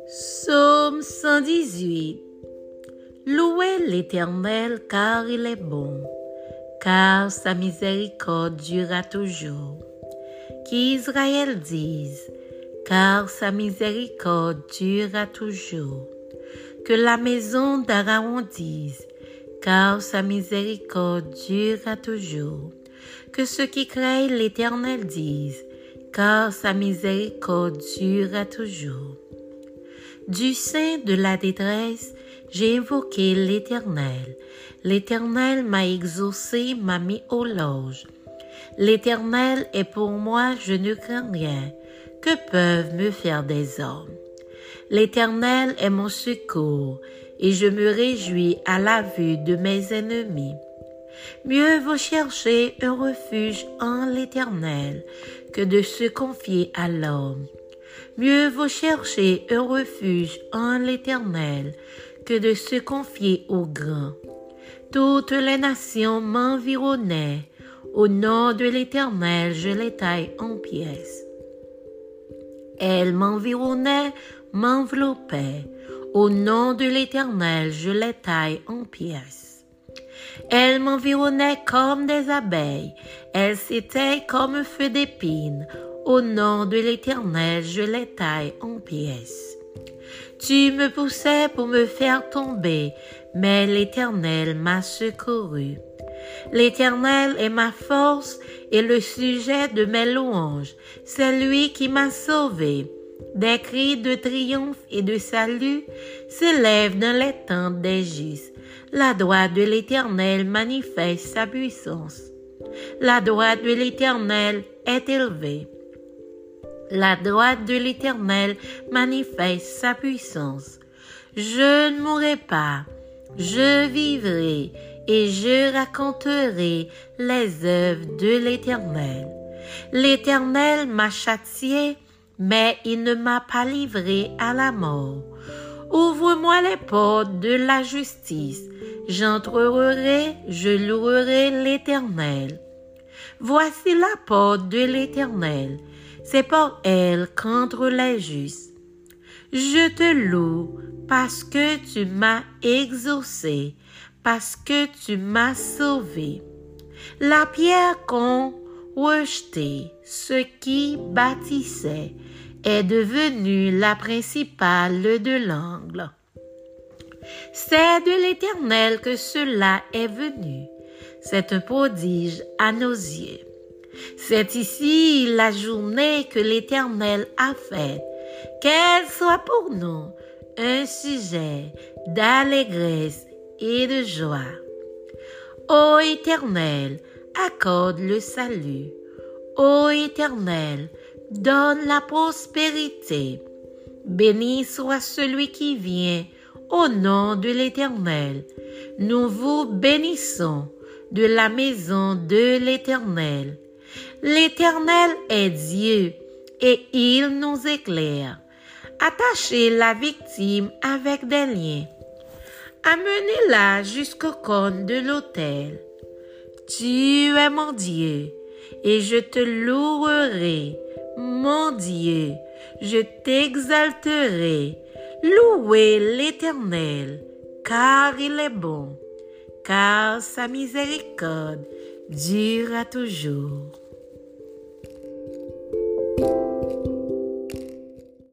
Psaume 118. Louez l'Éternel car il est bon, car sa miséricorde durera toujours. Qu'Israël dise, car sa miséricorde durera toujours. Que la maison d'Aaron dise, car sa miséricorde durera toujours. Que ceux qui craignent l'Éternel disent, car sa miséricorde durera toujours. Du sein de la détresse, j'ai invoqué l'Éternel. L'Éternel m'a exaucé, m'a mis au loge. L'Éternel est pour moi, je ne crains rien. Que peuvent me faire des hommes? L'Éternel est mon secours, et je me réjouis à la vue de mes ennemis. Mieux vaut chercher un refuge en l'Éternel que de se confier à l'homme. Mieux vaut chercher un refuge en l'Éternel que de se confier aux grands. Toutes les nations m'environnaient. Au nom de l'Éternel, je les taille en pièces. Elles m'environnaient, m'enveloppaient. Au nom de l'Éternel, je les taille en pièces. Elles m'environnaient comme des abeilles. Elles s'éteignent comme un feu d'épines. Au nom de l'Éternel, je les taille en pièces. Tu me poussais pour me faire tomber, mais l'Éternel m'a secouru. L'Éternel est ma force et le sujet de mes louanges. C'est lui qui m'a sauvé. Des cris de triomphe et de salut s'élèvent dans les tentes des justes. La droite de l'Éternel manifeste sa puissance. La droite de l'Éternel est élevée. La droite de l'Éternel manifeste sa puissance. Je ne mourrai pas, je vivrai et je raconterai les œuvres de l'Éternel. L'Éternel m'a châtié, mais il ne m'a pas livré à la mort. Ouvre-moi les portes de la justice. J'entrerai, je louerai l'Éternel. Voici la porte de l'Éternel. C'est par elle qu'entrent les justes. Je te loue parce que tu m'as exaucé, parce que tu m'as sauvé. La pierre qu'ont rejetée ceux qui bâtissaient est devenue la principale de l'angle. C'est de l'Éternel que cela est venu. C'est un prodige à nos yeux. C'est ici la journée que l'Éternel a faite. Qu'elle soit pour nous un sujet d'allégresse et de joie. Ô Éternel, accorde le salut. Ô Éternel, donne la prospérité. Béni soit celui qui vient au nom de l'Éternel. Nous vous bénissons de la maison de l'Éternel. L'Éternel est Dieu et il nous éclaire. Attachez la victime avec des liens. Amenez-la jusqu'au cône de l'autel. Tu es mon Dieu et je te louerai, mon Dieu, je t'exalterai. Louez l'Éternel, car il est bon, car sa miséricorde dure à toujours.